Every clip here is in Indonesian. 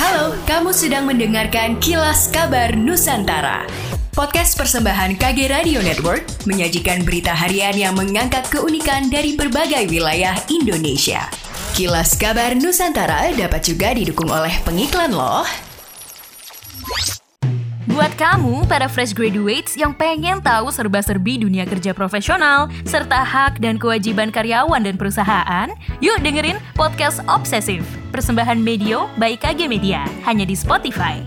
Halo, kamu sedang mendengarkan Kilas Kabar Nusantara. Podcast persembahan KG Radio Network menyajikan berita harian yang mengangkat keunikan dari berbagai wilayah Indonesia. Kilas Kabar Nusantara dapat juga didukung oleh pengiklan loh. Buat kamu, para fresh graduates yang pengen tahu serba-serbi dunia kerja profesional, serta hak dan kewajiban karyawan dan perusahaan, yuk dengerin Podcast Obsesif, persembahan Medio by KG Media, hanya di Spotify.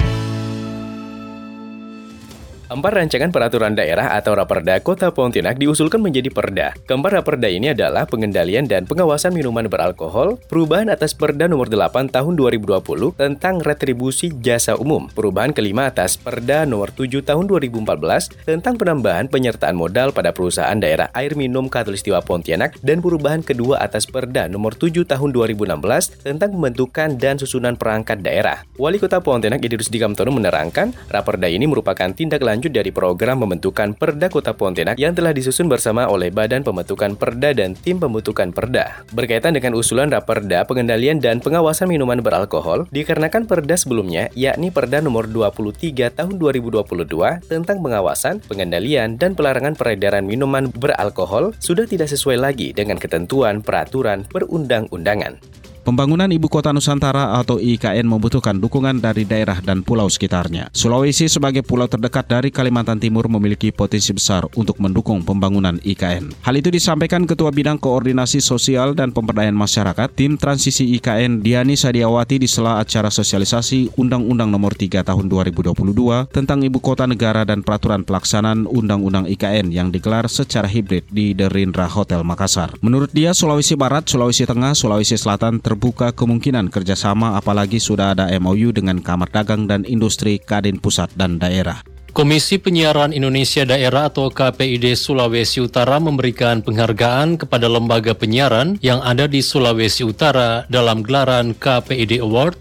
4 rancangan peraturan daerah atau Raperda Kota Pontianak diusulkan menjadi perda. Keempat Raperda ini adalah pengendalian dan pengawasan minuman beralkohol, perubahan atas Perda nomor 8 tahun 2020 tentang retribusi jasa umum, perubahan kelima atas Perda nomor 7 tahun 2014 tentang penambahan penyertaan modal pada perusahaan daerah air minum Khatulistiwa Pontianak, dan perubahan kedua atas Perda nomor 7 tahun 2016 tentang pembentukan dan susunan perangkat daerah. Wali Kota Pontianak Idrus Dikamtono menerangkan, Raperda ini merupakan tindak lanjut dari program pembentukan Perda Kota Pontianak yang telah disusun bersama oleh Badan Pembentukan Perda dan Tim Pembentukan Perda. Berkaitan dengan usulan Raperda pengendalian dan pengawasan minuman beralkohol, dikarenakan Perda sebelumnya, yakni Perda nomor 23 tahun 2022 tentang pengawasan, pengendalian, dan pelarangan peredaran minuman beralkohol sudah tidak sesuai lagi dengan ketentuan peraturan perundang-undangan. Pembangunan Ibu Kota Nusantara atau IKN membutuhkan dukungan dari daerah dan pulau sekitarnya. Sulawesi sebagai pulau terdekat dari Kalimantan Timur memiliki potensi besar untuk mendukung pembangunan IKN. Hal itu disampaikan Ketua Bidang Koordinasi Sosial dan Pemberdayaan Masyarakat Tim Transisi IKN Diani Sadiawati di sela acara sosialisasi Undang-Undang Nomor 3 Tahun 2022 tentang Ibu Kota Negara dan Peraturan Pelaksanaan Undang-Undang IKN yang digelar secara hibrid di The Rindra Hotel Makassar. Menurut dia, Sulawesi Barat, Sulawesi Tengah, Sulawesi Selatan terbuka kemungkinan kerjasama, apalagi sudah ada MOU dengan Kamar Dagang dan Industri Kadin Pusat dan Daerah. Komisi Penyiaran Indonesia Daerah atau KPID Sulawesi Utara memberikan penghargaan kepada lembaga penyiaran yang ada di Sulawesi Utara dalam gelaran KPID Award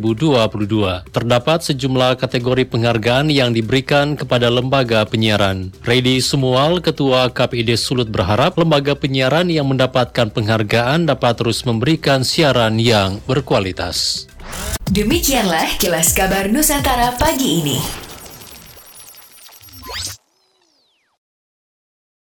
2022. Terdapat sejumlah kategori penghargaan yang diberikan kepada lembaga penyiaran. Redi Sumual, Ketua KPID Sulut, berharap lembaga penyiaran yang mendapatkan penghargaan dapat terus memberikan siaran yang berkualitas. Demikianlah Kilas Kabar Nusantara pagi ini.